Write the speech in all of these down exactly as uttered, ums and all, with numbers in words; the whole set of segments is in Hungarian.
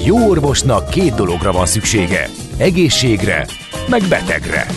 Jó orvosnak két dologra van szüksége. Egészségre, meg betegre.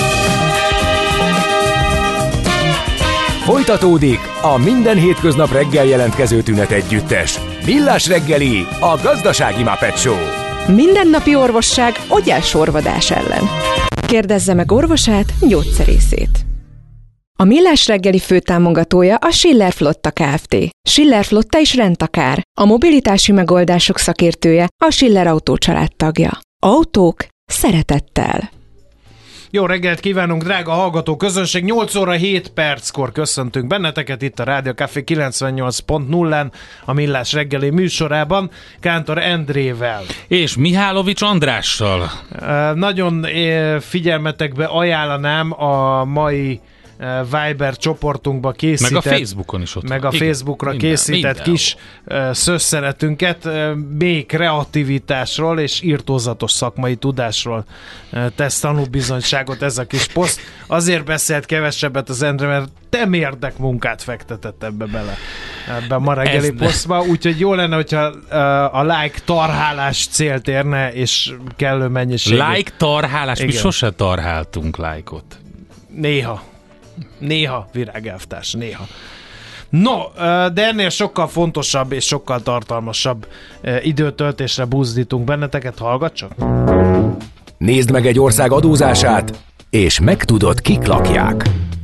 Folytatódik a minden hétköznap reggel jelentkező tünet együttes. Millás reggeli, a gazdasági Muppet Show. Mindennapi orvosság ogyásorvadás ellen. Kérdezze meg orvosát, gyógyszerészét. A Millás reggeli főtámogatója a Schiller Flotta Kft. Schiller Flotta is rendtakár. A mobilitási megoldások szakértője, a Schiller Autó család tagja. Autók szeretettel. Jó reggelt kívánunk, drága hallgató közönség! nyolc óra hét perckor köszöntünk benneteket itt a Rádió Café kilencvennyolc pont nullán a Millás reggeli műsorában Kántor Endrével. És Mihálovics Andrással. Nagyon figyelmetekbe ajánlanám a mai Viber csoportunkba készített, meg a Facebookon is ott meg a igen, Facebookra minden, készített minden. kis uh, szösszenetünket uh, mély kreativitásról és irtózatos szakmai tudásról uh, tesz tanúbizonyságot ez a kis poszt. Azért beszélt kevesebbet az Endre, mert te mérdek munkát fektetett ebbe bele, ebbe a ma reggeli posztba, úgyhogy jó lenne, hogyha uh, a like tarhálás célt érne, és kellő mennyiségű. Like tarhálás? Igen. Mi sose tarháltunk lájkot. Néha. Néha, virágelvtárs, néha. No, de ennél sokkal fontosabb és sokkal tartalmasabb időtöltésre buzdítunk benneteket, hallgat csak! Nézd meg egy ország adózását, és megtudod, kik lakják.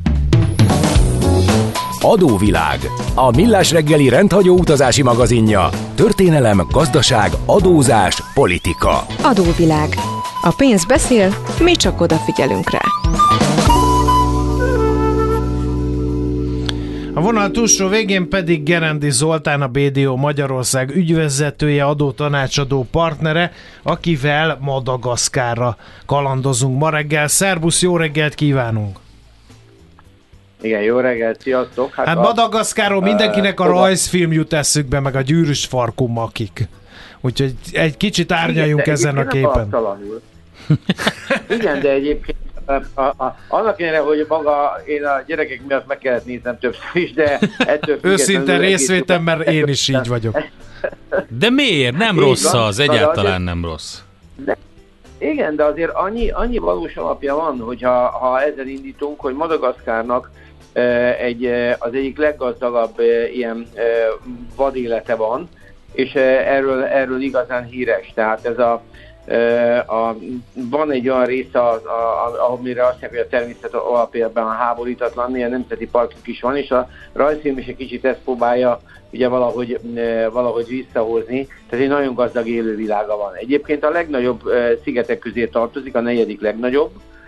Adóvilág, a Millás reggeli rendhagyó utazási magazinja. Történelem, gazdaság, adózás, politika. Adóvilág. A pénz beszél, mi csak odafigyelünk rá. A vonal túlsó végén pedig Gerendi Zoltán, a bé dé o Magyarország ügyvezetője, adótanácsadó partnere, akivel Madagaszkárra kalandozunk ma reggel. Szerbusz, jó reggelt kívánunk! Igen, jó reggelt, sziasztok! Hát, hát Madagaszkárról mindenkinek a rajzfilm jut eszükbe, meg a Gyűrűs farkú makik. Úgyhogy egy kicsit árnyaljunk igen, ezen a képen. Igen, de egyébként A, a, annak ellenére, hogy maga én a gyerekek miatt meg kellett néznem többször is, de ettől őszinte részvétem, mert én is így vagyok. De miért? Nem így rossz van, az, egyáltalán nem rossz. De, igen, de azért annyi, annyi valós alapja van, hogyha ha ezzel indítunk, hogy Madagaszkárnak egy, az egyik leggazdagabb ilyen vadélete van, és erről, erről igazán híres. Tehát ez a A, van egy olyan része, amire azt mondják, hogy a természet alapjában háborítatlan, ilyen nemzeti parkok is van, és a rajzfilm is egy kicsit ezt próbálja ugye valahogy, valahogy visszahozni, tehát egy nagyon gazdag élővilága van. Egyébként a legnagyobb szigetek közé tartozik, a negyedik legnagyobb,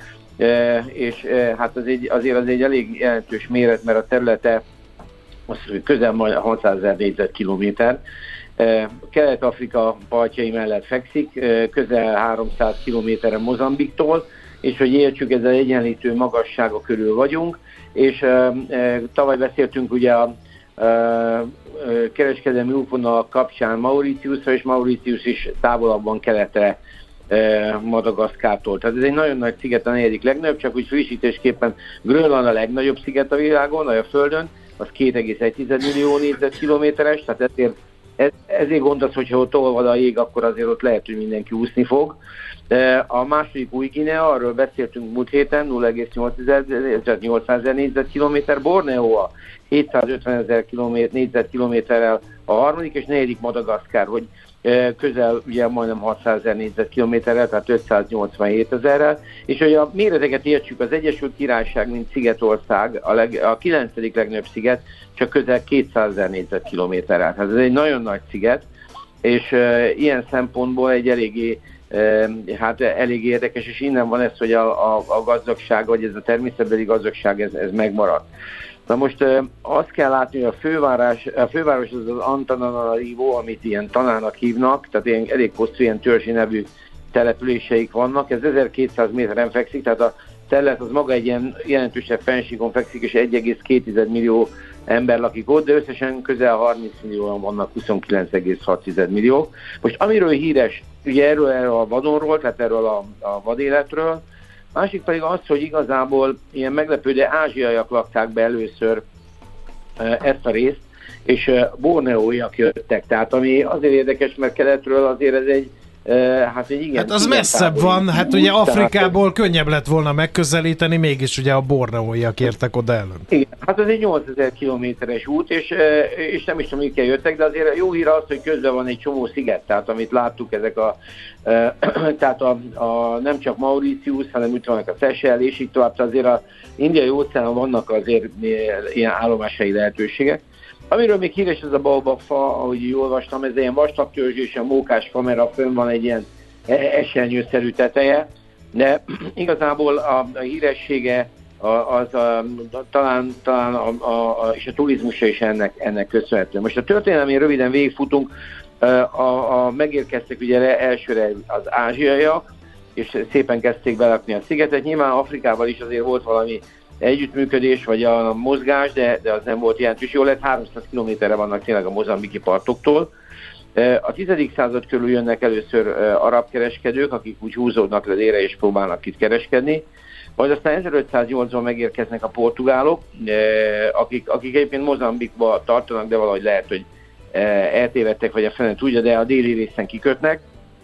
és hát az egy, azért az egy elég jelentős méret, mert a területe az közel majd hatszázezer négyzetkilométer. Kelet-Afrika partjai mellett fekszik, közel háromszáz kilométerre Mozambiktól, és hogy értsük, ez az egyenlítő magassága körül vagyunk, és e, e, tavaly beszéltünk ugye a e, e, kereskedelmi útvonal kapcsán Mauritiusra, és Mauritius is távolabban keletre e, Madagaszkártól. Tehát ez egy nagyon nagy sziget, a negyedik legnagyobb, csak úgy frissítésképpen Grönland a legnagyobb sziget a világon, a Földön, az két egész egy millió négyzetkilométeres, tehát ezért Ez, ezért gondolsz, hogyha ott olvad a jég, akkor azért ott lehet, hogy mindenki úszni fog. A második Új-Guinea, arról beszéltünk múlt héten, nulla egész nyolcszázezer négyzetkilométer, Borneo a hétszázötvenezer négyzetkilométerrel a harmadik, és negyedik Madagaszkár, hogy közel ugye majdnem hatszázezer négyzetkilométerrel, tehát ötszáznyolcvanhétezerrel, és hogy a méreteket értsük, az Egyesült Királyság, mint szigetország, a, leg, a kilencedik legnagyobb sziget, csak közel kétszázezer négyzetkilométerrel. Tehát ez egy nagyon nagy sziget, és e, ilyen szempontból egy eléggé, e, hát elég érdekes, és innen van ez, hogy a, a, a gazdagság, vagy ez a természetbeli gazdagság, ez, ez megmaradt. Na most e, azt kell látni, hogy a főváros, a főváros az az Antananarivo, amit ilyen Tanának hívnak, tehát ilyen elég hosszú, ilyen törzsi nevű településeik vannak, ez ezerkétszáz méteren fekszik, tehát a terület az maga egy ilyen jelentősebb fennsíkon fekszik, és egy egész két millió ember lakik ott, de összesen közel harminc millióan vannak, huszonkilenc egész hat millió. Most amiről híres, ugye erről, erről a vadonról, tehát erről a, a vadéletről, másik pedig az, hogy igazából ilyen meglepő, de ázsiaiak lakták be először ezt a részt, és borneóiak jöttek, tehát ami azért érdekes, mert keletről azért ez egy Hát, igen, hát az igen, messzebb van, hát ugye Afrikából könnyebb lett volna megközelíteni, mégis ugye a borneóiak értek oda előbb. Igen, hát ez egy nyolcezer kilométeres út, és, és nem is tudom, mikor jöttek, de azért jó hír az, hogy közben van egy csomó sziget, tehát amit láttuk, ezek a, tehát a, a nem csak Mauritius, hanem itt vannak a Seychelles, és így tovább, azért az Indiai óceánon vannak azért ilyen állomásai lehetőségek. Amiről még híres ez a baobab fa, ahogy így olvastam, ez ilyen vastagtörzsű és a mókás fa, mert a fönn van egy ilyen esernyőszerű teteje, de igazából a, a híressége a, az a, talán, talán a, a, a, és a turizmusa is ennek, ennek köszönhető. Most a történelmén röviden végigfutunk, a, a, a, megérkeztek ugye elsőre az ázsiaiak, és szépen kezdték belakni a szigetet. Nyilván Afrikával is azért volt valami együttműködés, vagy a mozgás, de, de az nem volt jelentős. Jól lett, háromszáz kilométerre vannak tényleg a mozambiki partoktól. A tizedik század körül jönnek először arab kereskedők, akik úgy húzódnak le délre és próbálnak itt kereskedni. Majd aztán ezerötszáznyolcban megérkeznek a portugálok, akik, akik egyébként Mozambikba tartanak, de valahogy lehet, hogy eltévedtek, vagy a fene tudja, de a déli részen kikötnek.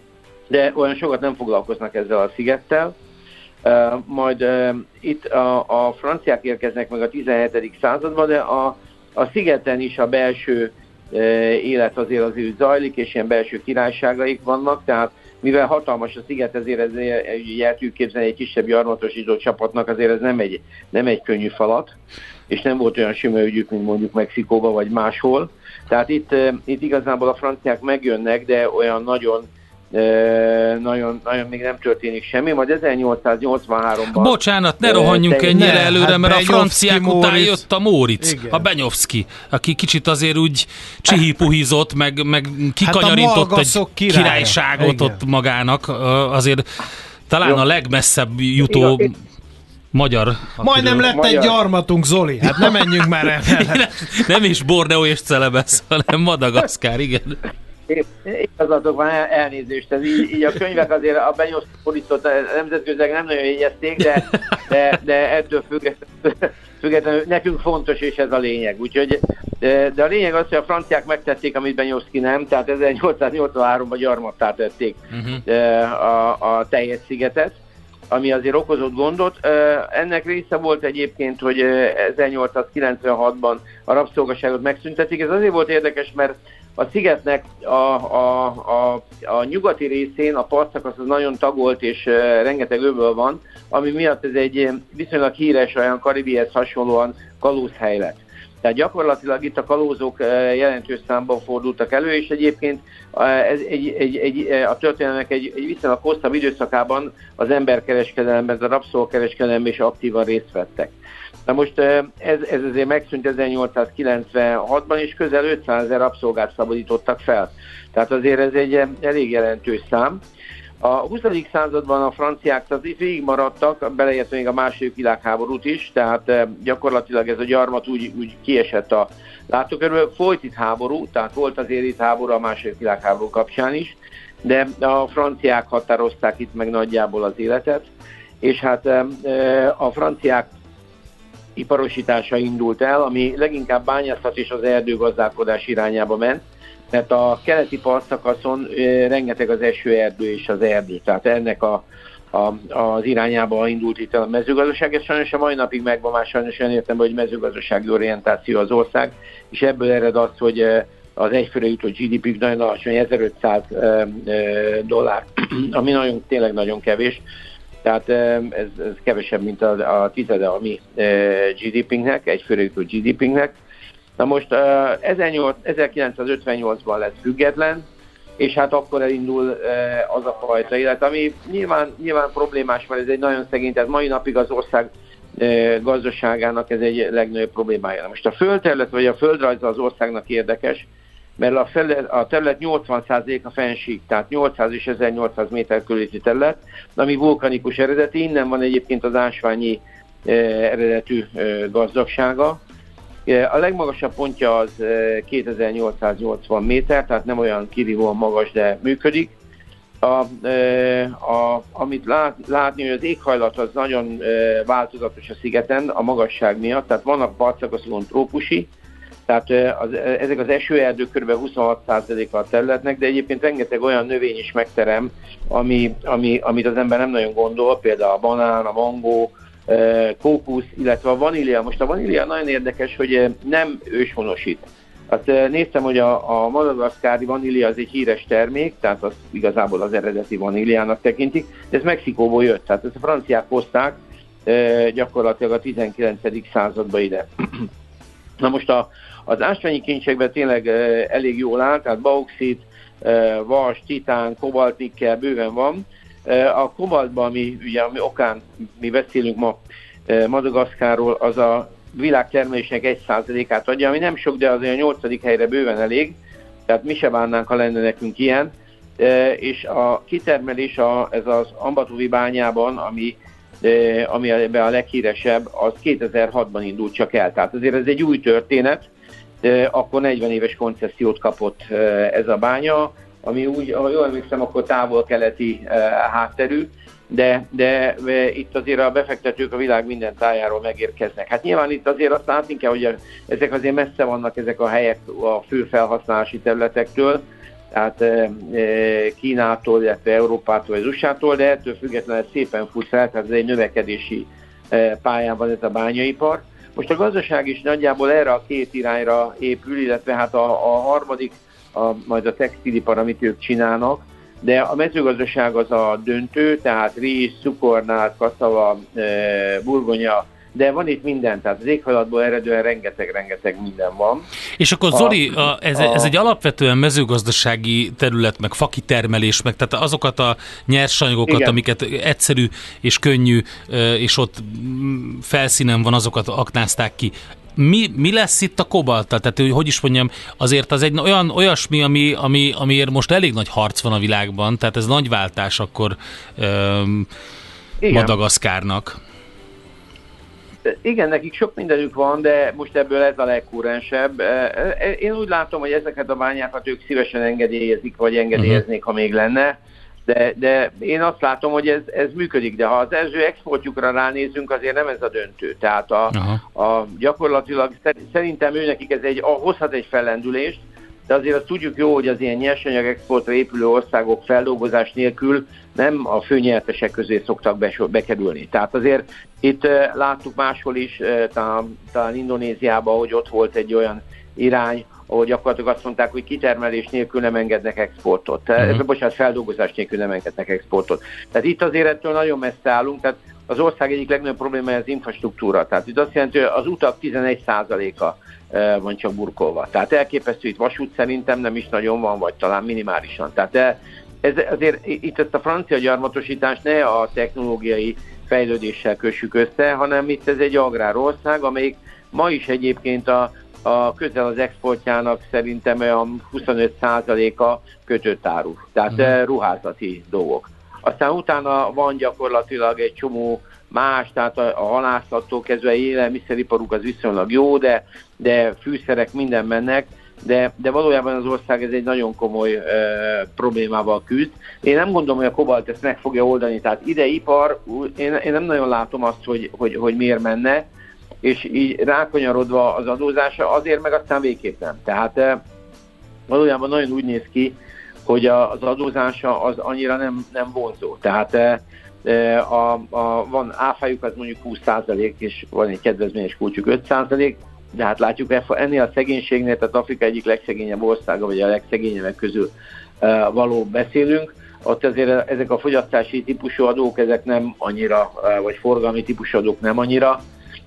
De olyan sokat nem foglalkoznak ezzel a szigettel. Uh, majd uh, itt a, a franciák érkeznek meg a tizenhetedik században, de a, a szigeten is a belső uh, élet azért azért zajlik, és ilyen belső királyságaik vannak, tehát mivel hatalmas a sziget, ezért ezért el tudjuk képzelni egy kisebb gyarmatosító csapatnak, azért ez nem egy, nem egy könnyű falat, és nem volt olyan sima ügyük, mint mondjuk Mexikóban vagy máshol. Tehát itt, uh, itt igazából a franciák megjönnek, de olyan nagyon Uh, nagyon, nagyon még nem történik semmi, majd ezernyolcszáznyolcvanháromban... Bocsánat, ne rohanjunk ennyire ne, előre, hát mert a franciák Móricz után jött a Móricz, igen. A Benyovszky, aki kicsit azért úgy csihipuhizott, meg, meg kikanyarított hát egy királya. királyságot igen. ott magának, azért talán jó. a legmesszebb jutó igen. magyar... Majdnem lett magyar. Egy gyarmatunk, Zoli, hát nem menjünk már el. Nem is Borneo és Celebesz, hanem Madagaszkár, igen. Igazatok van, elnézést, ez így, így a könyvek azért a Benyovszky Móriczot nemzetközileg nem nagyon jegyezték, de, de, de ettől függetlenül, függetlenül nekünk fontos, és ez a lényeg. Úgyhogy, de, de a lényeg az, hogy a franciák megtették, amit Benyovszky nem, tehát ezernyolcszáznyolcvanháromban gyarmattá tették uh-huh. a, a teljes szigetet, ami azért okozott gondot. Ennek része volt egyébként, hogy ezernyolcszázkilencvenhatban a rabszolgaságot megszüntetik. Ez azért volt érdekes, mert a szigetnek a, a, a, a nyugati részén a partszakasz az nagyon tagolt, és uh, rengeteg öböl van, ami miatt ez egy viszonylag híres, olyan Karibihez hasonlóan kalózhely lett. Tehát gyakorlatilag itt a kalózok uh, jelentős számban fordultak elő, és egyébként uh, ez egy, egy, egy, a történelmek egy, egy viszonylag hosszabb időszakában az emberkereskedelemben, a rabszolgakereskedelemben is aktívan részt vettek. Na most ez, ez azért megszűnt ezernyolcszázkilencvenhatban, és közel ötszázezer rabszolgát szabadítottak fel. Tehát azért ez egy elég jelentős szám. A huszadik században a franciák tehát itt végig maradtak, beleértve még a második világháborút is, tehát gyakorlatilag ez a gyarmat úgy, úgy kiesett a látókörül. Folyt itt háború, tehát volt azért itt háború a második világháború kapcsán is, de a franciák határozták itt meg nagyjából az életet, és hát a franciák iparosítása indult el, ami leginkább bányászat és az erdőgazdálkodás irányába ment, mert a keleti partszakaszon e, rengeteg az esőerdő és az erdő, tehát ennek a, a, az irányába indult itt a mezőgazdaság, és sajnos a mai napig megvan már sajnos olyan értelemben, hogy mezőgazdasági orientáció az ország, és ebből ered az, hogy az egyfőre jutott gé dé pé nagyon alacsony, ezerötszáz dollár, ami nagyon, tényleg nagyon kevés. Tehát ez, ez kevesebb, mint a, a tizede a mi e, gé dé pénknek, egyfőre jutó gé dé pénknek. Na most e, ezerkilencszázötvennyolcban lett független, és hát akkor elindul e, az a fajta élet, ami nyilván, nyilván problémás, mert ez egy nagyon szegény, tehát mai napig az ország e, gazdaságának ez egy legnagyobb problémája. Most a földterület vagy a földrajza az országnak érdekes, mert a, felület, a terület nyolcvan százaléka fennsík, tehát nyolcszáz és ezernyolcszáz méter körüli terület, ami vulkanikus eredeti, innen van egyébként az ásványi e, eredetű e, gazdagsága. E, a legmagasabb pontja az e, kétezer-nyolcszáznyolcvan méter, tehát nem olyan kirívóan magas, de működik. A, e, a, amit lát, látni, hogy az éghajlat az nagyon e, változatos a szigeten a magasság miatt, tehát vannak partszakaszon trópusi, Tehát az, ezek az esőerdők kb. huszonhat százaléka a területnek, de egyébként rengeteg olyan növény is megterem, ami, ami, amit az ember nem nagyon gondol, például a banán, a mangó, kókusz, illetve a vanília. Most a vanília nagyon érdekes, hogy nem őshonosít. Azt néztem, hogy a, a madagaszkári vanília az egy híres termék, tehát az igazából az eredeti vaníliának tekintik, de ez Mexikóból jött, tehát ezt a franciák hozták gyakorlatilag a tizenkilencedik században ide. Na most a, az ásványi kincsekben tényleg elég jól áll, tehát bauxit, vas, titán, kobalt, nikkel bőven van. A kobaltban, ami, ugye, ami okán mi beszélünk ma Madagaszkárról, az a világtermelésnek egy százalékát adja, ami nem sok, de azért a nyolcadik helyre bőven elég, tehát mi se bánnánk, ha lenne nekünk ilyen. És a kitermelés a, ez az Ambatuvi bányában, ami, ami ebben a leghíresebb, az kétezer-hatban indult csak el. Tehát azért ez egy új történet, akkor negyven éves koncesziót kapott ez a bánya, ami úgy, ha jól emlékszem, akkor távol-keleti hátterű, de, de itt azért a befektetők a világ minden tájáról megérkeznek. Hát nyilván itt azért azt látni kell, hogy ezek azért messze vannak ezek a helyek a fő felhasználási területektől, tehát Kínától, illetve Európától, az u es á-tól, de ettől függetlenül szépen fut fel, tehát ez egy növekedési pályán van ez a bányaipar. Most a gazdaság is nagyjából erre a két irányra épül, illetve hát a, a harmadik, a, majd a textilipar, amit ők csinálnak, de a mezőgazdaság az a döntő, tehát rizs, cukornád, kaszava, e, burgonya, de van itt minden, tehát az éghajlatból eredően rengeteg-rengeteg minden van. És akkor Zoli, a, a, ez, a, ez egy alapvetően mezőgazdasági terület, meg fakitermelés, meg tehát azokat a nyersanyagokat, igen, amiket egyszerű és könnyű, és ott felszínen van, azokat aknázták ki. Mi, mi lesz itt a kobalttal? Tehát, hogy, hogy is mondjam, azért az egy olyan, olyasmi, ami, ami, amiért most elég nagy harc van a világban, tehát ez nagy váltás akkor um, Madagaszkárnak. Igen, nekik sok mindenük van, de most ebből ez a legkurrensebb. Én úgy látom, hogy ezeket a bányákat ők szívesen engedélyezik, vagy engedélyeznék, uh-huh. ha még lenne. De, de én azt látom, hogy ez, ez működik, de ha az első exportjukra ránézünk, azért nem ez a döntő. Tehát a, a, gyakorlatilag szerintem őnekik ez egy, a, hozhat egy fellendülést, de azért azt tudjuk jó, hogy az ilyen nyersanyag exportra épülő országok feldolgozás nélkül nem a főnyertesek közé szoktak bekerülni. Tehát azért itt láttuk máshol is, talán, talán Indonéziában, hogy ott volt egy olyan irány, ahol gyakorlatilag azt mondták, hogy kitermelés nélkül nem engednek exportot. Uh-huh. Bocsánat, feldolgozás nélkül nem engednek exportot. Tehát itt azért ettől nagyon messze állunk, tehát az ország egyik legnagyobb problémája az infrastruktúra. Tehát itt azt jelenti, hogy az utak tizenegy százaléka van csak burkolva. Tehát elképesztő, itt vasút szerintem nem is nagyon van, vagy talán minimálisan. Tehát ez, azért itt ezt a francia gyarmatosítást ne a technológiai fejlődéssel kössük össze, hanem itt ez egy agrárország, amelyik ma is egyébként a a közel az exportjának szerintem olyan huszonöt százaléka kötött áru, tehát uh-huh. ruházati dolgok. Aztán utána van gyakorlatilag egy csomó más, tehát a, a halászattól kezdve élelmiszeriparuk az viszonylag jó, de, de fűszerek minden mennek, de, de valójában az ország ez egy nagyon komoly e, problémával küzd. Én nem gondolom, hogy a kobalt ezt meg fogja oldani, tehát ide ipar, én, én nem nagyon látom azt, hogy, hogy, hogy miért menne, és így rákanyarodva az adózása, azért meg aztán végképp nem. Tehát e, valójában nagyon úgy néz ki, hogy a, az adózása az annyira nem, nem vonzó. Tehát e, a, a, van áfájuk, az mondjuk húsz százalék, és van egy kedvezményes kulcsuk öt százalék, de hát látjuk, ennél a szegénységnél, tehát Afrika egyik legszegényebb országa, vagy a legszegényebbek közül e, való beszélünk, ott azért ezek a fogyasztási típusú adók, ezek nem annyira, vagy forgalmi típusú adók nem annyira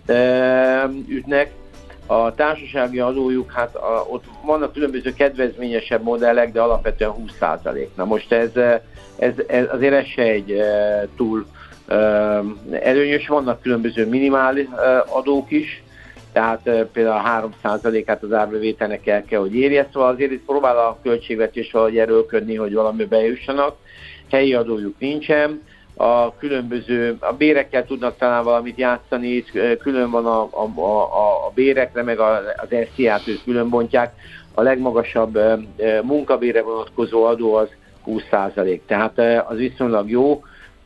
ütnek. A társasági adójuk, hát a, ott vannak különböző kedvezményesebb modellek, de alapvetően húsz százalék. Na most ez, ez, ez azért ez se egy e, túl e, előnyös, vannak különböző minimál e, adók is, tehát e, például a három százalékát az árbevételnek el kell, hogy érje, szóval azért itt próbál a költségvetés valahogy erőlködni, hogy valami bejussanak, helyi adójuk nincsen. A különböző, a bérekkel tudnak talán valamit játszani, itt külön van a, a, a, a bérekre, meg a, az es zé á-t ők külön bontják. A legmagasabb munkabére vonatkozó adó az húsz százalék, tehát az viszonylag jó.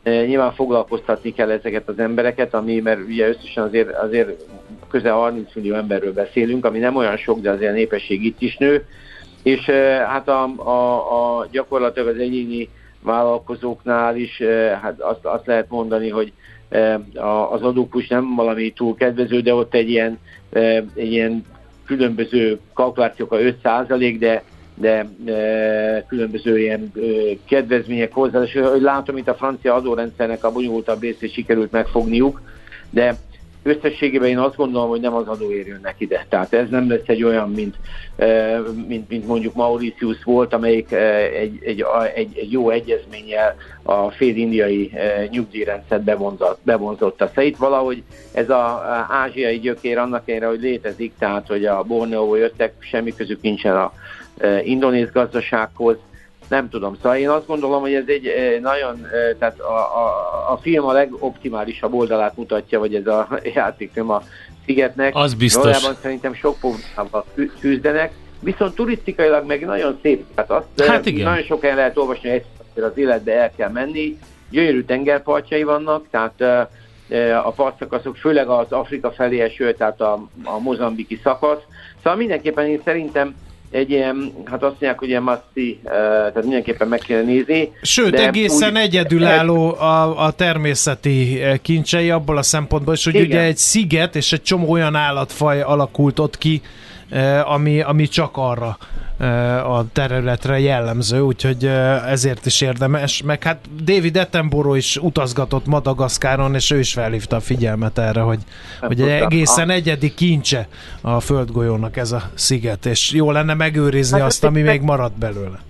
nyilván foglalkoztatni kell ezeket az embereket, ami, mert ugye összesen azért, azért közel harminc millió emberről beszélünk, ami nem olyan sok, de azért a népesség itt is nő, és hát a, a, a gyakorlatilag az egyéni vállalkozóknál is hát azt, azt lehet mondani, hogy az adókulcs nem valami túl kedvező, de ott egy ilyen, egy ilyen különböző kalkulációk a öt százalék, de, de különböző ilyen kedvezmények hozzá, és hogy látom, mint a francia adórendszernek a bonyolultabb részét sikerült megfogniuk, de összességében én azt gondolom, hogy nem az adóért jönnek ide. Tehát ez nem lesz egy olyan, mint, mint, mint mondjuk Mauritius volt, amelyik egy, egy, egy, egy jó egyezménnyel a fél indiai nyugdíjrendszert bevonzott, bevonzotta. Szóval itt valahogy ez az ázsiai gyökér annak ellenére, hogy létezik, tehát hogy a Borneóból jöttek, semmi közük nincsen a indonéz gazdasághoz. Nem tudom, szóval én azt gondolom, hogy ez egy nagyon, tehát a, a, a film a legoptimálisabb oldalát mutatja, vagy ez a játékfilm a Szigetnek. Az biztos. Valójában szerintem sok problémával küzdenek, viszont turisztikailag meg nagyon szép. Tehát azt hát nagyon sok helyen lehet olvasni, hogy egyszer az életbe el kell menni. Gyönyörű tengerpartjai vannak, tehát a partszakaszok, főleg az Afrika felé eső, tehát a, a mozambiki szakasz. Szóval mindenképpen én szerintem egy ilyen, hát azt mondják, hogy ilyen must-see, tehát mindenképpen meg kell nézni. Sőt, egészen úgy, egyedülálló a, a természeti kincsei abból a szempontból is, hogy igen. Ugye egy sziget és egy csomó olyan állatfaj alakult ott ki, ami, ami csak arra a területre jellemző, úgyhogy ezért is érdemes. Meg hát David Attenborough is utazgatott Madagaszkáron, és ő is felhívta a figyelmet erre, hogy, hogy egészen egyedi kincse a földgolyónak ez a sziget, és jó lenne megőrizni hát azt, ami meg... még maradt belőle.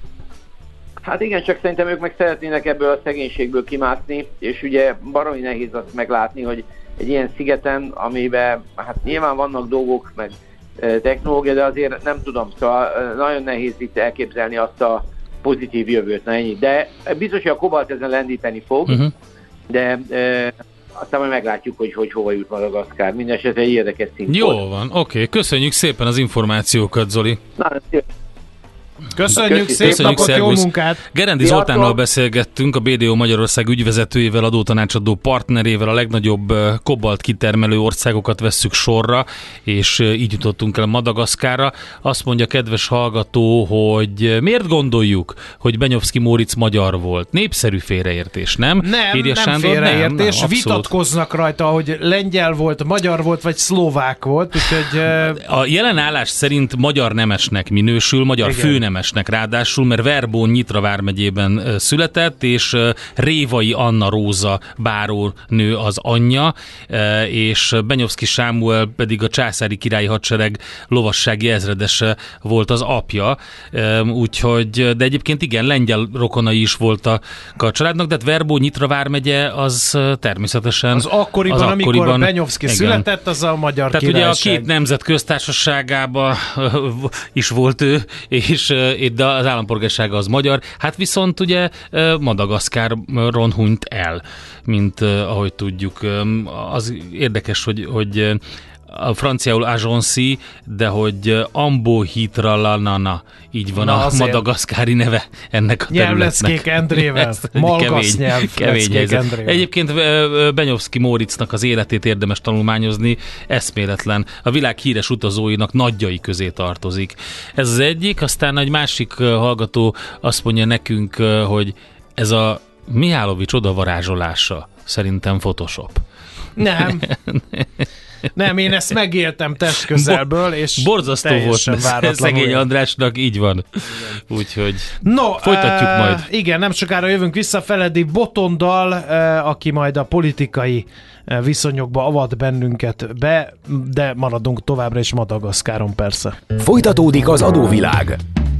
Hát igen, csak szerintem ők meg szeretnének ebből a szegénységből kimászni, és ugye baromi nehéz azt meglátni, hogy egy ilyen szigeten, amiben hát nyilván vannak dolgok, meg technológia, de azért nem tudom, szóval nagyon nehéz itt elképzelni azt a pozitív jövőt, na ennyi. De biztos, hogy a kobalt ezen lendíteni fog, uh-huh. de e, aztán majd meglátjuk, hogy, hogy hova jut Madagaszkár. Mindenesetre egy érdekes szint. Jó van, oké. Okay. Köszönjük szépen az információkat, Zoli. Na, Köszönjük, Köszi, szép napot, jó munkát! Gerendi Zoltánnal beszélgettünk, a bé dé o Magyarország ügyvezetőjével, adótanácsadó partnerével, a legnagyobb kobalt kitermelő országokat vesszük sorra, és így jutottunk el Madagaszkárra. Azt mondja kedves hallgató, hogy miért gondoljuk, hogy Benyovszky Móricz magyar volt? Népszerű félreértés, nem? Nem, Írja nem Sándor? félreértés, nem, nem, vitatkoznak rajta, hogy lengyel volt, magyar volt, vagy szlovák volt, úgyhogy... A jelen állás szerint magyar nemesnek minősül, magyar főnemesnek ráadásul, mert Verbón Nyitra vármegyében született, és Révai Anna Róza bárónő az anyja, és Benyovszky Sámuel pedig a császári királyi hadsereg lovassági ezredese volt az apja, úgyhogy, de egyébként igen, lengyel rokonai is voltak a családnak, de Verbó Nyitra vármegye az természetesen az akkoriban, az akkoriban amikor Benyovszky született, az a magyar Tehát királyság. ugye a két nemzet köztársaságában is volt ő, és de az állampolgársága az magyar, hát viszont ugye Madagaszkáron hunyt el, mint ahogy tudjuk. Az érdekes, hogy, hogy a franciául Agency, de hogy Ambohitralanana, így van Na, a madagaszkári neve ennek a Nyelvleckék területnek. Endrével, malgasz nyelvleckék Endrével. Egyébként Benyovszky Móricznak az életét érdemes tanulmányozni, eszméletlen. A világ híres utazóinak nagyjai közé tartozik. Ez az egyik, aztán egy másik hallgató azt mondja nekünk, hogy ez a Mihálovics odavarázsolása szerintem Photoshop. Nem. Nem, én ezt megéltem testközelből, és borzasztó volt szegény olyan. Andrásnak, így van. Úgyhogy no, folytatjuk uh, majd. Igen, nem sokára jövünk vissza Feledi Botondal, uh, aki majd a politikai uh, viszonyokba avat bennünket be, de maradunk továbbra is Madagaszkáron persze. Folytatódik az adóvilág.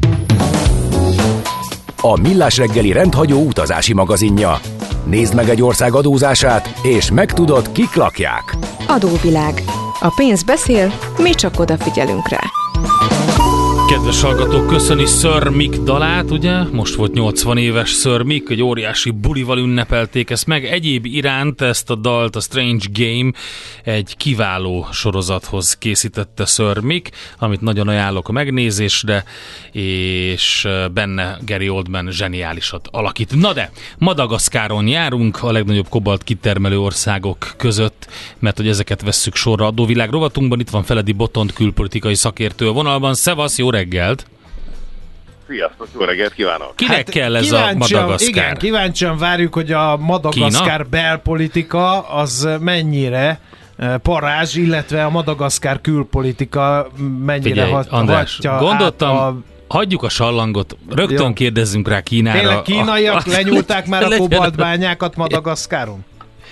A Millás reggeli rendhagyó utazási magazinja. Nézd meg egy ország adózását, és megtudod, kik lakják. Adóvilág. A pénz beszél, mi csak odafigyelünk rá. Kedves hallgatók, köszöni Sir Mick dalát, ugye? Most volt nyolcvan éves Sir Mick, egy óriási bulival ünnepelték ezt meg. Egyéb iránt ezt a dalt, a Strange Game egy kiváló sorozathoz készítette Sir Mick, amit nagyon ajánlok a megnézésre, és benne Gary Oldman zseniálisat alakít. Na de, Madagaszkáron járunk, a legnagyobb kobalt kitermelő országok között, mert hogy ezeket vesszük sorra adóvilág rovatunkban. Itt van Feledi Botond, külpolitikai szakértő a vonalban. Szevasz, jó reggelt! Sziasztok, jó reggelt kívánok! Kinek hát kell ez a Madagaszkár? Igen, kíváncsian várjuk, hogy a Madagaszkár Kína? belpolitika az mennyire parázs, illetve a Madagaszkár külpolitika mennyire Figyelj, hat, András, hatja gondoltam, a... hagyjuk a sallangot, rögtön jó. Kérdezzünk rá Kínára. Tényleg kínaiak a... lenyúlták már a kobaltbányákat Madagaszkáron?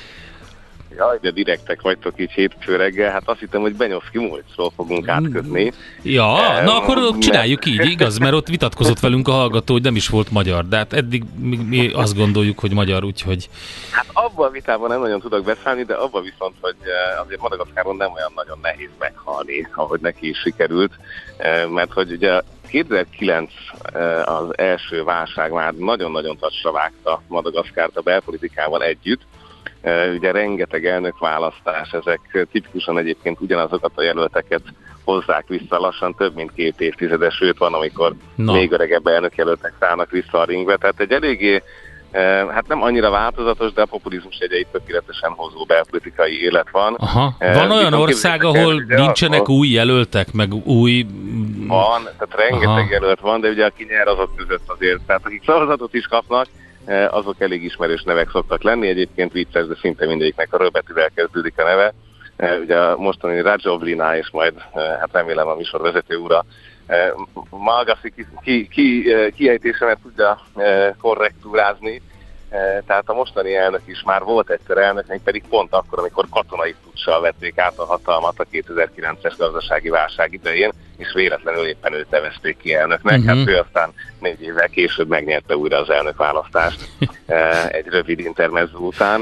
Jaj, de direktek vagytok így hétfő reggel, hát azt hittem, hogy Benyovszki múlcról fogunk átkötni. Ja, um, na akkor mert... csináljuk így, igaz? Mert ott vitatkozott velünk a hallgató, hogy nem is volt magyar, de hát eddig mi, mi azt gondoljuk, hogy magyar, úgyhogy... Hát abban a vitában nem nagyon tudok beszállni, de abban viszont, hogy azért Madagaszkáron nem olyan nagyon nehéz meghalni, ahogy neki is sikerült, mert hogy ugye kétezer-kilenc az első válság már nagyon-nagyon tacsra vágta Madagaszkárt a belpolitikával együtt. Uh, ugye rengeteg elnökválasztás, ezek tipikusan egyébként ugyanazokat a jelölteket hozzák vissza lassan, több mint két évtizedes, sőt van, amikor no. még öregebb elnökjelöltek szállnak vissza a ringbe, tehát egy eléggé, uh, hát nem annyira változatos, de a populizmus jegyeit tökéletesen hozó belpolitikai élet van. Aha. Van uh, olyan ország, ahol el, nincsenek ahol... új jelöltek, meg új... Van, tehát rengeteg Aha. jelölt van, de ugye aki nyer azok között azért, tehát akik szavazatot is kapnak, azok elég ismerős nevek szoktak lenni, egyébként vicces, de szinte mindegyiknek a röbetűvel kezdődik a neve. Ugye a mostani Rajavlina, és majd hát remélem a műsorvezető ura Malgaszi ki, ki, ki, kiejtésemet tudja korrektúrázni. Tehát a mostani elnök is már volt egyszer elnök, pedig pont akkor, amikor katonai puccsal vették át a hatalmat a kétezer-kilences gazdasági válság idején, és véletlenül éppen őt nevezték ki elnöknek. Uh-huh. Hát ő aztán négy évvel később megnyerte újra az elnökválasztást egy rövid intermezzo után.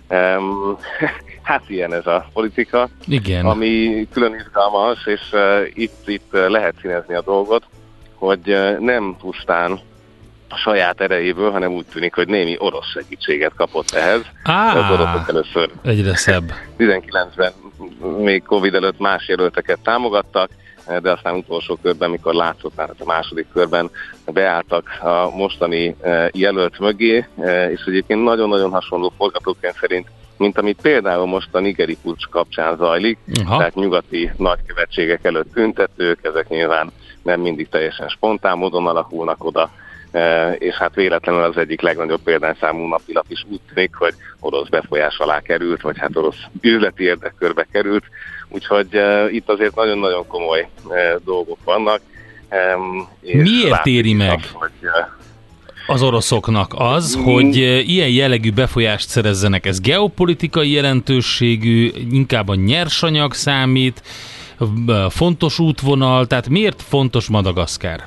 Hát ilyen ez a politika, igen. Ami külön izgalmas, és itt, itt lehet színezni a dolgot, hogy nem pusztán a saját erejéből, hanem úgy tűnik, hogy némi orosz segítséget kapott ehhez. Á, az oroszok először egyre szebb. tizenkilencben még Covid előtt más jelölteket támogattak, de aztán utolsó körben, mikor látszott már a második körben, beálltak a mostani jelölt mögé, és egyébként nagyon-nagyon hasonló forgatókönyv szerint, mint amit például most a nigeri puccs kapcsán zajlik, Aha. tehát nyugati nagykövetségek előtt tüntetők, ezek nyilván nem mindig teljesen spontán módon alakulnak oda, és hát véletlenül az egyik legnagyobb példányszámú napilap is úgy tűnik, hogy orosz befolyás alá került, vagy hát orosz üzleti érdekkörbe került, úgyhogy uh, itt azért nagyon-nagyon komoly uh, dolgok vannak. Um, Miért éri meg azt, hogy, uh, az oroszoknak az, mm, hogy uh, ilyen jellegű befolyást szerezzenek? Ez geopolitikai jelentőségű, inkább a nyersanyag számít, uh, fontos útvonal, tehát miért fontos Madagaszkár?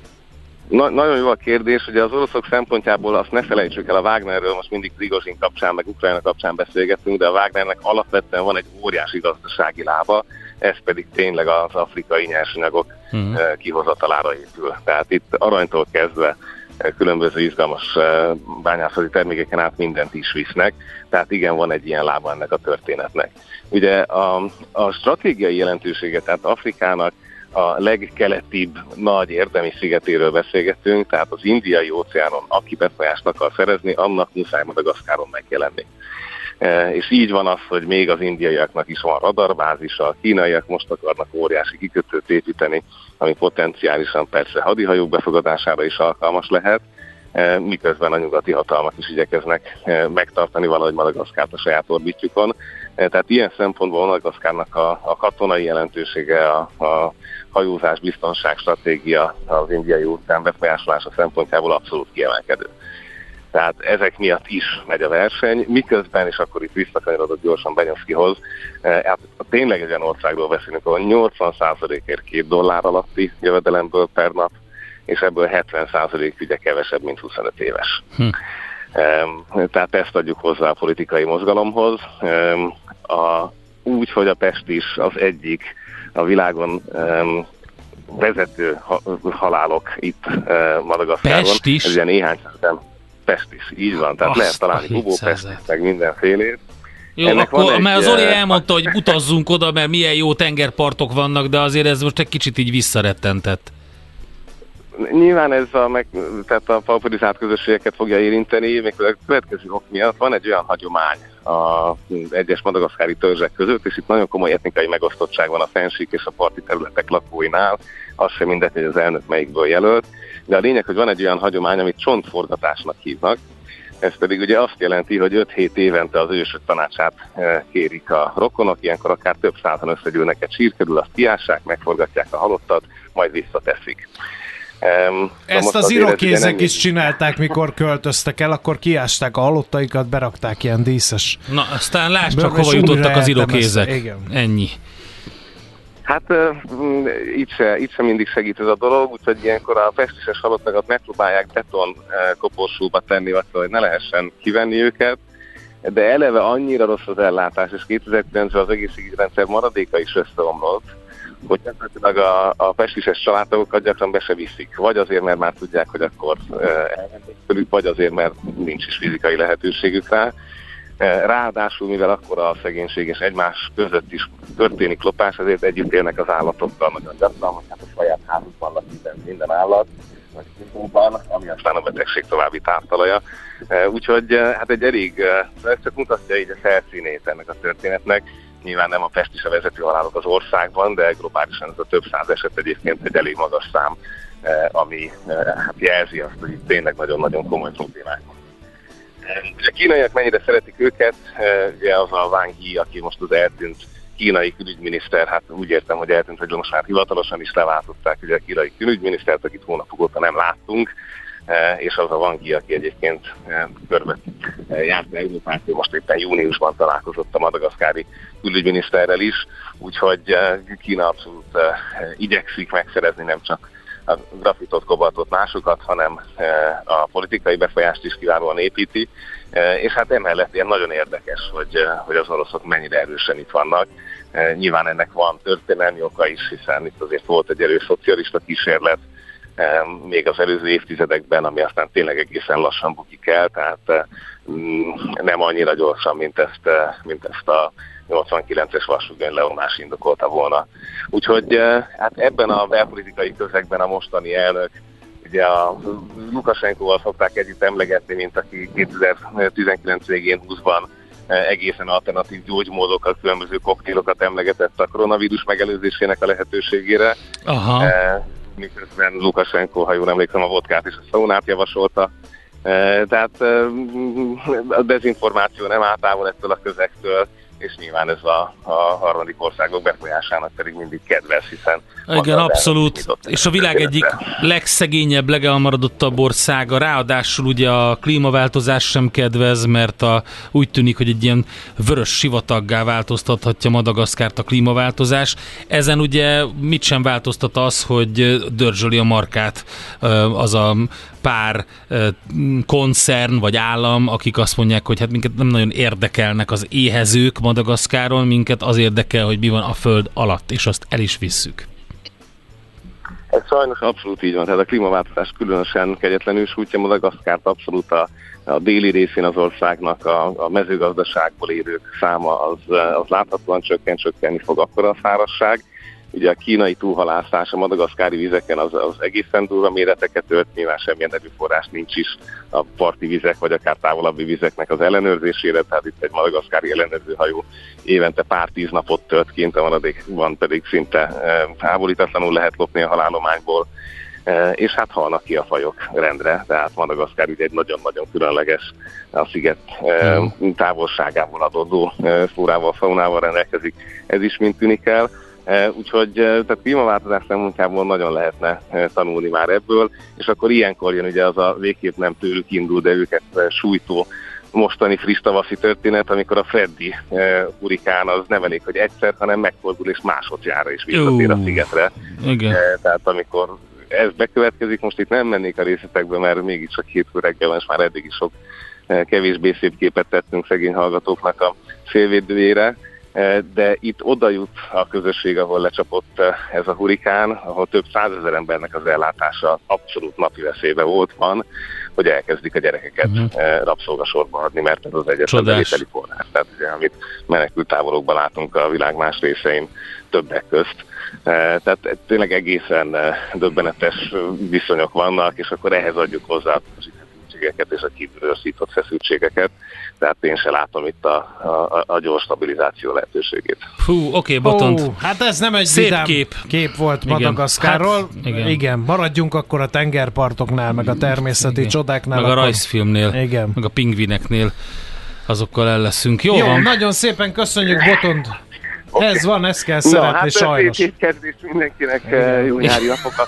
Na, nagyon jó a kérdés, ugye az oroszok szempontjából azt ne felejtsük el, a Wagnerről most mindig Prigozsin kapcsán, meg Ukrajna kapcsán beszélgetünk, de a Wagnernek alapvetően van egy óriási gazdasági lába, ez pedig tényleg az afrikai nyersanyagok uh-huh. kihozatalára épül. Tehát itt aranytól kezdve különböző izgalmas bányászati termékeken át mindent is visznek, tehát igen, van egy ilyen lába ennek a történetnek. Ugye a, a stratégiai jelentősége, tehát Afrikának a legkeletibb nagy érdemi szigetéről beszélgetünk, tehát az Indiai óceánon, aki befolyást akar szerezni, annak muszáj Madagaszkáron megjelenni. E, és így van az, hogy még az indiaiaknak is van radarbázisa, a kínaiak most akarnak óriási kikötőt építeni, ami potenciálisan persze hadihajók befogadására is alkalmas lehet, e, miközben a nyugati hatalmak is igyekeznek e, megtartani valahogy Madagaszkárt a saját orbitjukon. E, tehát ilyen szempontból Madagaszkárnak a, a katonai jelentősége, a, a hajózás, biztonság, stratégia az indiai óceán befolyásolása szempontjából abszolút kiemelkedő. Tehát ezek miatt is megy a verseny, miközben, és akkor itt visszakanyarodok gyorsan Benyovszkihoz, hát tényleg egy olyan országról beszélünk, ahol nyolcvan százalékért két dollár alatti jövedelemből per nap, és ebből hetven százalék ugye kevesebb, mint huszonöt éves. Hm. Tehát ezt adjuk hozzá a politikai mozgalomhoz. A, úgy, hogy a Pest is az egyik a világon vezető halálok itt Madagaszkáron. Pest is? Ez ilyen néhány százen. Pest is, így van. Tehát azt lehet találni bubópestit, meg mindenfélét. Jó, ennek akkor, mert az Zoli elmondta, hogy utazzunk oda, mert milyen jó tengerpartok vannak, de azért ez most egy kicsit így visszarettentett. Nyilván ez a, meg, tehát a pauperizált közösségeket fogja érinteni, még a következő ok miatt van egy olyan hagyomány az egyes madagaszkári törzsek között, és itt nagyon komoly etnikai megosztottság van a fensík és a parti területek lakóinál, az sem mindegy, hogy az elnök melyikből jelölt, de a lényeg, hogy van egy olyan hagyomány, amit csontforgatásnak hívnak, ez pedig ugye azt jelenti, hogy öt-hét évente az ősök tanácsát kérik a rokonok, ilyenkor akár több százan összegyűlnek egy sírkörül, azt kiássák, megforgatják a halottat, majd visszateszik. Um, Ezt az irokézek is csinálták, mikor költöztek el, akkor kiásták a halottaikat, berakták ilyen díszes. Na, aztán lásd csak, hova jutottak az irokézek. Ennyi. Hát uh, itt, se, itt se mindig segít ez a dolog, úgyhogy ilyenkor a pestises halottakat megpróbálják beton uh, koporsóba tenni, hogy ne lehessen kivenni őket, de eleve annyira rossz az ellátás, és kétezer-kilencben az egészségügyi rendszer maradéka is összeomlott, hogy gyakorlatilag a, a pestises családtagokat gyakran be se viszik. Vagy azért, mert már tudják, hogy akkor uh, elmenték tőlük, vagy azért, mert nincs is fizikai lehetőségük rá. Uh, ráadásul, mivel akkora a szegénység és egymás között is történik lopás, ezért együtt élnek az állatokkal nagyon gyakran, hogy hát a saját házukban lakik minden állat, vagy kifóban, ami aztán a betegség további táptalaja. Uh, úgyhogy uh, hát egy elég, uh, ez csak mutatja így a felszínét ennek a történetnek. Nyilván nem a pestis a vezető halálok az országban, de globálisan ez a több száz eset egyébként egy elég magas szám, ami hát jelzi azt, hogy itt tényleg nagyon-nagyon komoly problémák van. A kínaiak mennyire szeretik őket, ugye az a Wang Yi, aki most az eltűnt kínai külügyminiszter, hát úgy értem, hogy eltűnt, hogy most már hivatalosan is leváltották ugye a kínai külügyminisztert, akit hónapok óta nem láttunk, és az a Wang Yi, aki egyébként körbe járt Európát, most éppen júniusban találkozott a madagaszkári külügyminiszterrel is, úgyhogy Kína abszolút igyekszik megszerezni nem csak a grafitot, kobaltot, másokat, hanem a politikai befolyást is kiválóan építi, és hát emellett ilyen nagyon érdekes, hogy, hogy az oroszok mennyire erősen itt vannak. Nyilván ennek van történelmi oka is, hiszen itt azért volt egy erős szocialista kísérlet, még az előző évtizedekben, ami aztán tényleg egészen lassan bukik el, tehát nem annyira gyorsan, mint ezt, mint ezt a nyolcvankilences vasfüggöny leomlás indokolta volna. Úgyhogy hát ebben a belpolitikai közegben a mostani elnök, ugye a Lukasenkóval szokták együtt emlegetni, mint aki kétezer-tizenkilenc végén húszban egészen alternatív gyógymódokkal, különböző koktélokat emlegetett a koronavírus megelőzésének a lehetőségére. Aha. Miközben Lukasenko, ha jól emlékszem, a vodkát és a szaunát javasolta. Tehát a dezinformáció nem áll távol ettől a közegtől, és nyilván ez a, a harmadik országok befolyásának pedig mindig kedves, hiszen... Igen, abszolút, és a világ egyik legszegényebb, legelmaradottabb országa, ráadásul ugye a klímaváltozás sem kedvez, mert a, úgy tűnik, hogy egy ilyen vörös sivataggá változtathatja Madagaszkárt a klímaváltozás. Ezen ugye mit sem változtat az, hogy dörzsöli a markát az a pár koncern vagy állam, akik azt mondják, hogy hát minket nem nagyon érdekelnek az éhezők Madagaszkáron, minket az érdekel, hogy mi van a föld alatt, és azt el is visszük. Ez sajnos abszolút így van, tehát a klímaváltozás különösen kegyetlenül sújtja Madagaszkárt, abszolút a, a déli részén az országnak a, a mezőgazdaságból élők száma az, az láthatóan csökken, csökkenni fog akkora a szárazság. Ugye a kínai túlhalászás a madagaszkári vizeken az, az egészen durva méreteket ölt, nyilván semmilyen erőforrás nincs is a parti vizek, vagy akár távolabbi vizeknek az ellenőrzésére, tehát itt egy madagaszkári ellenőrzőhajó évente pár tíz napot tölt kint, a maradékban pedig szinte e, távolítatlanul lehet lopni a halálományból, e, és hát halnak ki a fajok rendre, tehát Madagaszkár ugye egy nagyon-nagyon különleges, a sziget e, távolságából adódó e, flórával, faunával rendelkezik, ez is mind tűnik el. Úgyhogy tehát klímaváltozás szempontjából nagyon lehetne tanulni már ebből, és akkor ilyenkor jön ugye az a végképp nem tőlük indul, de őket sújtó mostani friss tavaszi történet, amikor a Freddy hurikán az nem elég, hogy egyszer, hanem megfordul és másodjára is visszatér a szigetre. Igen. Tehát amikor ez bekövetkezik, most itt nem mennék a részletekbe, mert mégiscsak hétfő reggel, és már eddig is sok kevésbé szép képet tettünk szegény hallgatóknak a félvédőjére, de itt oda jut a közösség, ahol lecsapott ez a hurikán, ahol több százezer embernek az ellátása abszolút napi veszélybe volt, van, hogy elkezdik a gyerekeket uh-huh. rabszolgasorba adni, mert ez az egyetlen bevételi forrás. Tehát ugye, amit menekülttáborokban látunk a világ más részein többek közt. Tehát tényleg egészen döbbenetes viszonyok vannak, és akkor ehhez adjuk hozzá a feszültségeket és a kívülről szított feszültségeket. Tehát én se látom itt a, a, a gyors stabilizáció lehetőségét. Fú, oké, okay, Botont. Oh, hát ez nem egy szép kép. kép volt Madagaszkárról. Hát, igen. igen, maradjunk akkor a tengerpartoknál, meg a természeti igen. csodáknál. Meg akkor... a rajzfilmnél, igen. meg a pingvineknél. Azokkal el leszünk. Jó, Jó van. Nagyon szépen köszönjük, Botont. Okay. Ez van, ezt kell szeretni, hát sajnos. Na, hát kezdés mindenkinek igen. Jó nyári napokat.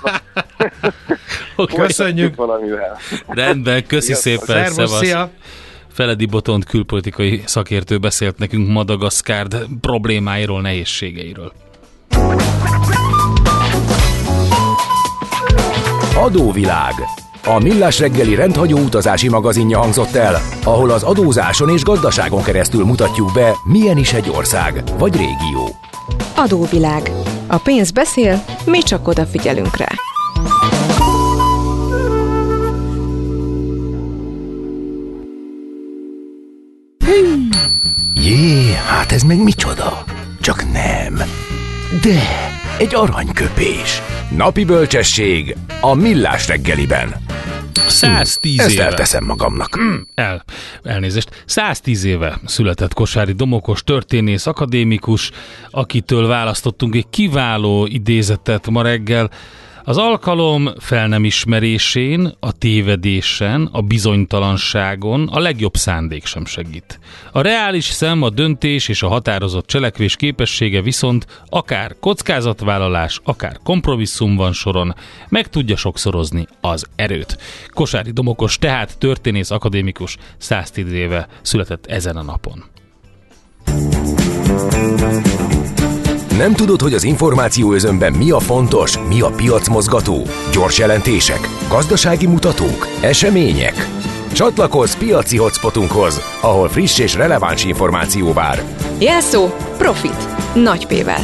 Okay. Köszönjük. Rendben, köszi szépen. Szervusz, szia. Feledi Botont külpolitikai szakértő beszélt nekünk Madagaszkár problémáiról, nehézségeiről. Adóvilág. A Millás reggeli rendhagyó utazási magazinja hangzott el, ahol az adózáson és gazdaságon keresztül mutatjuk be, milyen is egy ország vagy régió. Adóvilág. A pénz beszél, mi csak odafigyelünk rá. Jé, hát ez meg micsoda? Csak nem. De, egy aranyköpés. Napi bölcsesség a Millás reggeliben. száztíz Ezt éve. elteszem magamnak. El, elnézést. száztíz éve született Kosáry Domokos történész, akadémikus, akitől választottunk egy kiváló idézetet ma reggel. Az alkalom fel nem ismerésén, a tévedésen, a bizonytalanságon a legjobb szándék sem segít. A reális szem, a döntés és a határozott cselekvés képessége viszont akár kockázatvállalás, akár kompromisszum van soron, meg tudja sokszorozni az erőt. Kosáry Domokos tehát történész, akadémikus, száztíz éve született ezen a napon. Nem tudod, hogy az információ özönben mi a fontos, mi a piacmozgató? Gyors jelentések, gazdasági mutatók, események? Csatlakozz piaci hotspotunkhoz, ahol friss és releváns információ vár. Jelszó Profit. Nagy P-vel.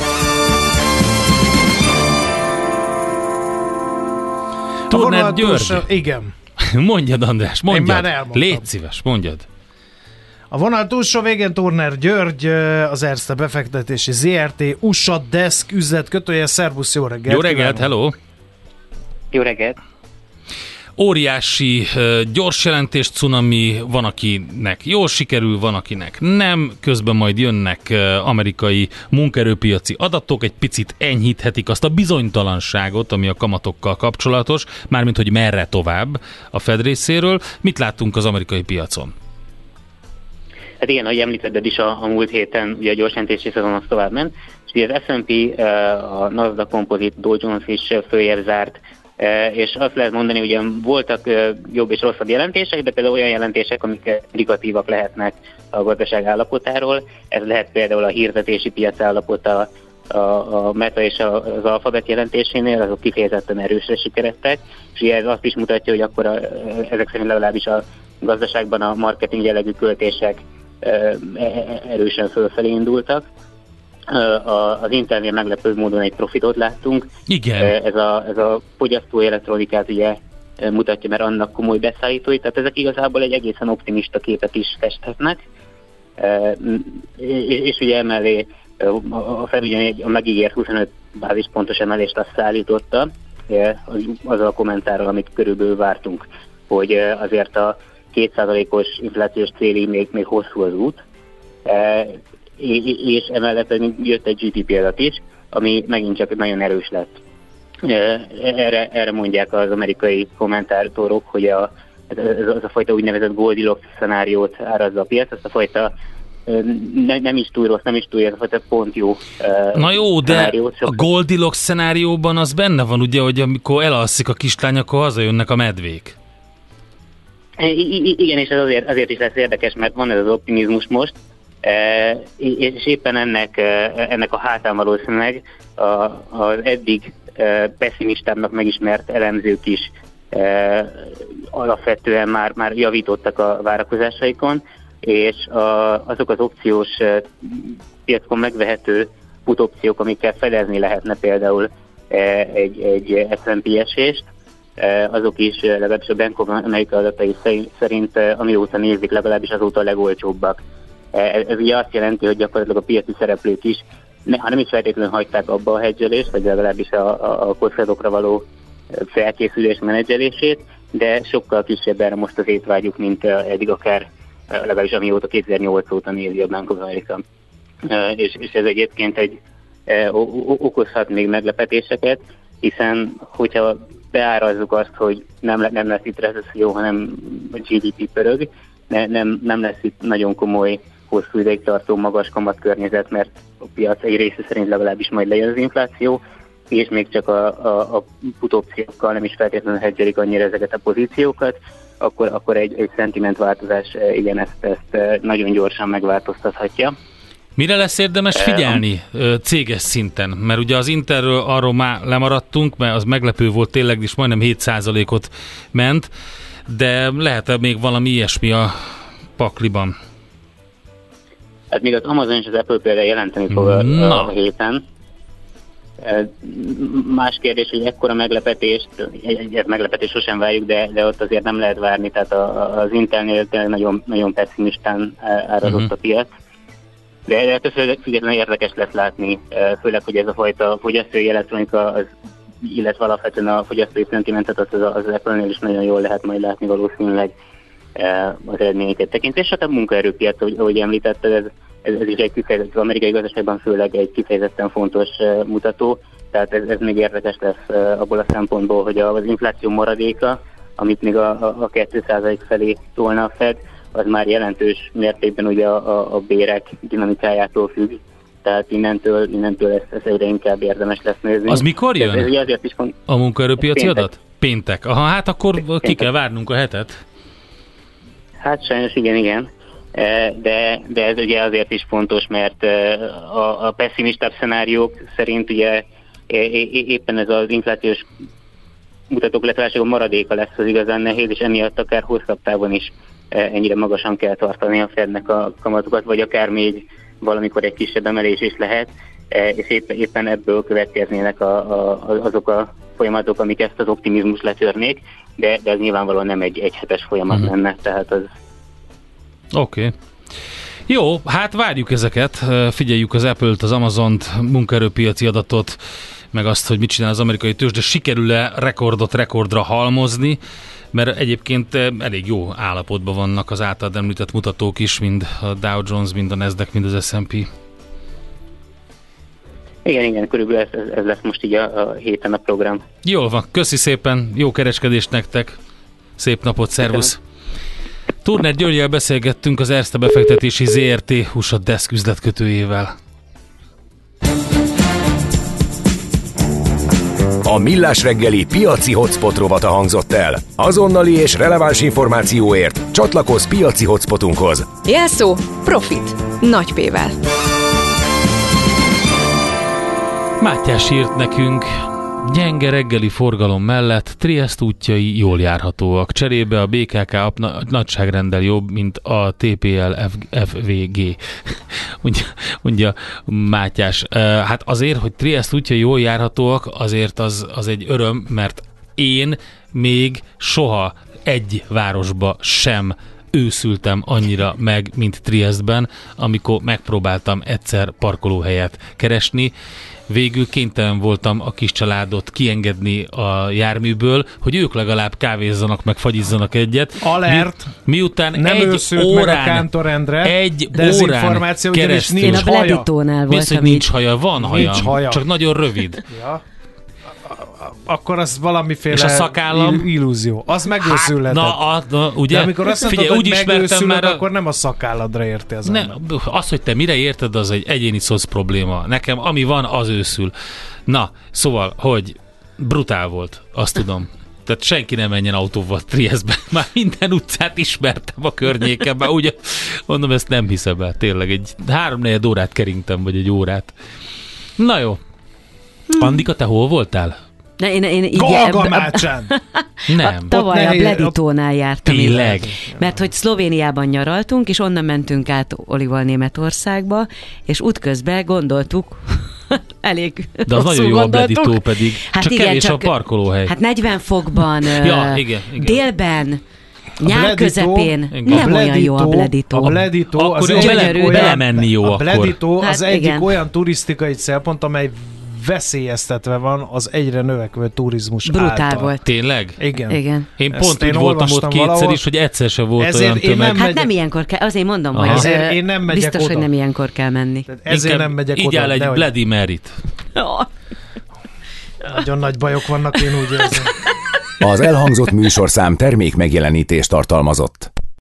Turner György. Igen. Mondjad, András, mondjad. Légy szíves, mondjad. A vonal túlsó végén Turner György, az Erste befektetési zé er té, u es á Desk üzletkötője. Szervusz, jó reggelt! Jó reggelt, hello! Jó reggelt! Óriási gyors jelentés cunami, van akinek jól sikerül, van akinek nem, közben majd jönnek amerikai munkaerőpiaci adatok, egy picit enyhíthetik azt a bizonytalanságot, ami a kamatokkal kapcsolatos, mármint hogy merre tovább a Fed részéről. Mit láttunk az amerikai piacon? Hát igen, ahogy említetted is, a, a múlt héten ugye a gyors jelentési szezon az tovább ment, és ugye az es and pé, a Nasdaq Composite, Dow Jones is följebb zárt, és azt lehet mondani, hogy voltak jobb és rosszabb jelentések, de például olyan jelentések, amik negatívak lehetnek a gazdaság állapotáról. Ez lehet például a hirdetési piac állapota, a, a Meta és az Alphabet jelentésénél, azok kifejezetten erősre sikeredtek, és ugye ez azt is mutatja, hogy akkor a, ezek szerint legalábbis a gazdaságban a marketing jellegű költések erősen fölfelé indultak. Az Intelnél meglepő módon egy profitot láttunk. Igen. Ez a, ez a fogyasztó elektronikát ugye mutatja, mert annak komoly beszállítói, tehát ezek igazából egy egészen optimista képet is festhetnek. És ugye emellé a Fed ugye a megígért huszonöt bázispontos emelést azt szállította, azzal a kommentárral, amit körülbelül vártunk, hogy azért a két százalékos inflációs célig még, még hosszú az út, e, és emellett jött egy gé dé pé adat is, ami megint csak nagyon erős lett. E, erre, erre mondják az amerikai kommentátorok, hogy a, ez, ez a fajta úgynevezett Goldilocks szenáriót árazza a piac, ezt a fajta ne, nem is túl rossz, nem is túl ez a fajta pont jó Na jó, de a Goldilocks szenárióban az benne van, ugye, hogy amikor elalszik a kislány, akkor hazajönnek a medvék. I- igen, és ez azért, azért is lesz érdekes, mert van ez az optimizmus most, e, és éppen ennek, ennek a hátán valószínűleg a, az eddig e, pessimistábbnak megismert elemzők is e, alapvetően már, már javítottak a várakozásaikon, és a, azok az opciós piacon megvehető put-opciók, amikkel felezni lehetne például egy, egy es and pé esést, azok is legalábbis a Bank of America adatai szerint, amióta nézik, legalábbis azóta a legolcsóbbak. Ez ugye azt jelenti, hogy gyakorlatilag a piaci szereplők is, ne, ha nem is feltétlenül hagyták abba a hedgelést, vagy legalábbis a, a, a kockázatokra való felkészülés menedzselését, de sokkal kisebb erre most az étvágyuk, mint eddig akár legalábbis amióta kétezer-nyolc óta nézi a Bank of America. És, és ez egyébként egy okozhat még meglepetéseket, hiszen hogyha beárazzuk azt, hogy nem, nem lesz itt recesszió, hanem a gé dé pé pörög, ne, nem, nem lesz itt nagyon komoly, hosszú ideig tartó magas kamat környezet, mert a piac egy része szerint legalábbis majd lejön az infláció, és még csak a, a, a put opciókkal nem is feltétlenül hedgelik annyira ezeket a pozíciókat, akkor, akkor egy, egy szentimentváltozás igen, ezt, ezt nagyon gyorsan megváltoztathatja. Mire lesz érdemes figyelni céges szinten? Mert ugye az Interről arról már lemaradtunk, mert az meglepő volt tényleg, és majdnem hét százalékot ment, de lehet-e még valami ilyesmi a pakliban? Hát még az Amazon és az Apple például jelenteni fog a, a héten. Más kérdés, hogy ekkora meglepetést, egy meglepetés sosem várjuk, de, de ott azért nem lehet várni, tehát a, az Intelnél nagyon, nagyon pessimistán árazott uh-huh. a piac. De, de ettől függetlenül érdekes lesz látni, főleg, hogy ez a fajta fogyasztói elektronika, az, illetve alapvetően a fogyasztói szentimentet az, az Apple-nél is nagyon jól lehet majd látni valószínűleg az eredményeket tekintve. És hát a munkaerőpiac, ahogy, ahogy említetted, ez, ez, ez is egy kifejezetten, az amerikai gazdaságban főleg egy kifejezetten fontos mutató, tehát ez, ez még érdekes lesz abból a szempontból, hogy az infláció maradéka, amit még a, a, a két százalék felé tolna a Fed, az már jelentős mértékben ugye a, a, a bérek dinamikájától függ, tehát innentől, innentől ezt, ezt egyre inkább érdemes lesz nézni. Az mikor jön? Ez, ez azért is font... A munkaerőpiaci adat? Péntek. Aha, hát akkor Péntek. Ki kell várnunk a hetet. Hát sajnos igen, igen. De, de ez ugye azért is fontos, mert a, a pessimistább szenáriók szerint ugye éppen ez az inflációs mutatók letársága maradéka lesz az igazán nehéz, és emiatt akár hosszabb távon is ennyire magasan kell tartani a Fednek a kamatokat, vagy akár még valamikor egy kisebb emelés is lehet, és éppen, éppen ebből következnének a, a, azok a folyamatok, amik ezt az optimizmus letörnék, de, de ez nyilvánvalóan nem egy egyhetes folyamat uh-huh. lenne, tehát az... Oké. Okay. Jó, hát várjuk ezeket, figyeljük az Apple-t, az Amazont, munkaerőpiaci adatot, meg azt, hogy mit csinál az amerikai tőzsde, sikerül-e rekordot rekordra halmozni, mert egyébként elég jó állapotban vannak az általad említett mutatók is, mind a Dow Jones, mind a Nasdaq, mind az es and pé. Igen, igen, körülbelül ez, ez lesz most így a, a héten a program. Jól van, köszi szépen, jó kereskedést nektek, szép napot, szervusz! Turner Györggyel beszélgettünk, az Erste befektetési zé er té u es á Desk üzletkötőjével. A Millás reggeli piaci hotspot rovata hangzott el. Azonnali és releváns információért csatlakozz piaci hotspotunkhoz. Jelszó Profit. Nagy P-vel. Mátyás írt nekünk, gyenge reggeli forgalom mellett Trieste útjai jól járhatóak. Cserébe a bé ká ká nagyságrendel jobb, mint a té pé el ef vé gé. mondja, mondja Mátyás. Hát azért, hogy Trieste útjai jól járhatóak, azért az, az egy öröm, mert én még soha egy városba sem őszültem annyira meg, mint Triestben, amikor megpróbáltam egyszer parkolóhelyet keresni. Végül kénytelen voltam a kis családot kiengedni a járműből, hogy ők legalább kávézzanak, meg fagyizzanak egyet. Alert! Mi, miután nem egy órán, meg a Kántor Endre, egy órán keresztül. Én a Bleditónál voltam. hogy nincs haja? Van haja, nincs haja. Csak nagyon rövid. Ja. Akkor az valamiféle és a szakállam? illúzió. Az megőszülhetett. Hát, na, a, na, ugye? De amikor azt mondod, Figyelj, hogy úgy megőszülöd, már a... akkor nem a szakálladra érti az ne, az, hogy te mire érted, az egy egyéni szoc probléma. Nekem ami van, az őszül. Na, szóval, hogy brutál volt, azt tudom. Tehát senki nem menjen autóval Triestbe. Már minden utcát ismertem a környéken. Ugye, mondom, ezt nem hiszem el. Tényleg egy háromnegyed órát keringtem, vagy egy órát. Na jó. Andika, te hol voltál? Ne, én, én így, Galgamácsán! Nem. Tavaly a Bleditónál jártam. Tényleg. Mert hogy Szlovéniában nyaraltunk, és onnan mentünk át Olival Németországba, és útközben gondoltuk, elég de az nagyon jó a Bleditó pedig. Hát csak igen, kevés csak, a parkolóhely. Hát negyven fokban, ja, igen, igen. délben, nyár közepén nem Bleditó, olyan jó a Bleditó. A Bleditó akkor az bele, olyan, belemenni jó a Bleditó hát az egyik igen. olyan turisztikai célpont, amely veszélyeztetve van az egyre növekvő turizmus Brutál által. volt. Tényleg? Igen. Igen. Én Ezt pont én úgy voltam ott kétszer valahol, is, hogy egyszer se volt olyan tömeg. Nem hát nem ilyenkor kell, azért mondom, Aha. hogy ezért én nem megyek biztos, oda. hogy nem ilyenkor kell menni. Tehát ezért Inkább nem megyek így oda. Így áll egy Bloody Mary-t. Nagyon nagy bajok vannak, én úgy érzem. Az elhangzott műsorszám termék megjelenítést tartalmazott.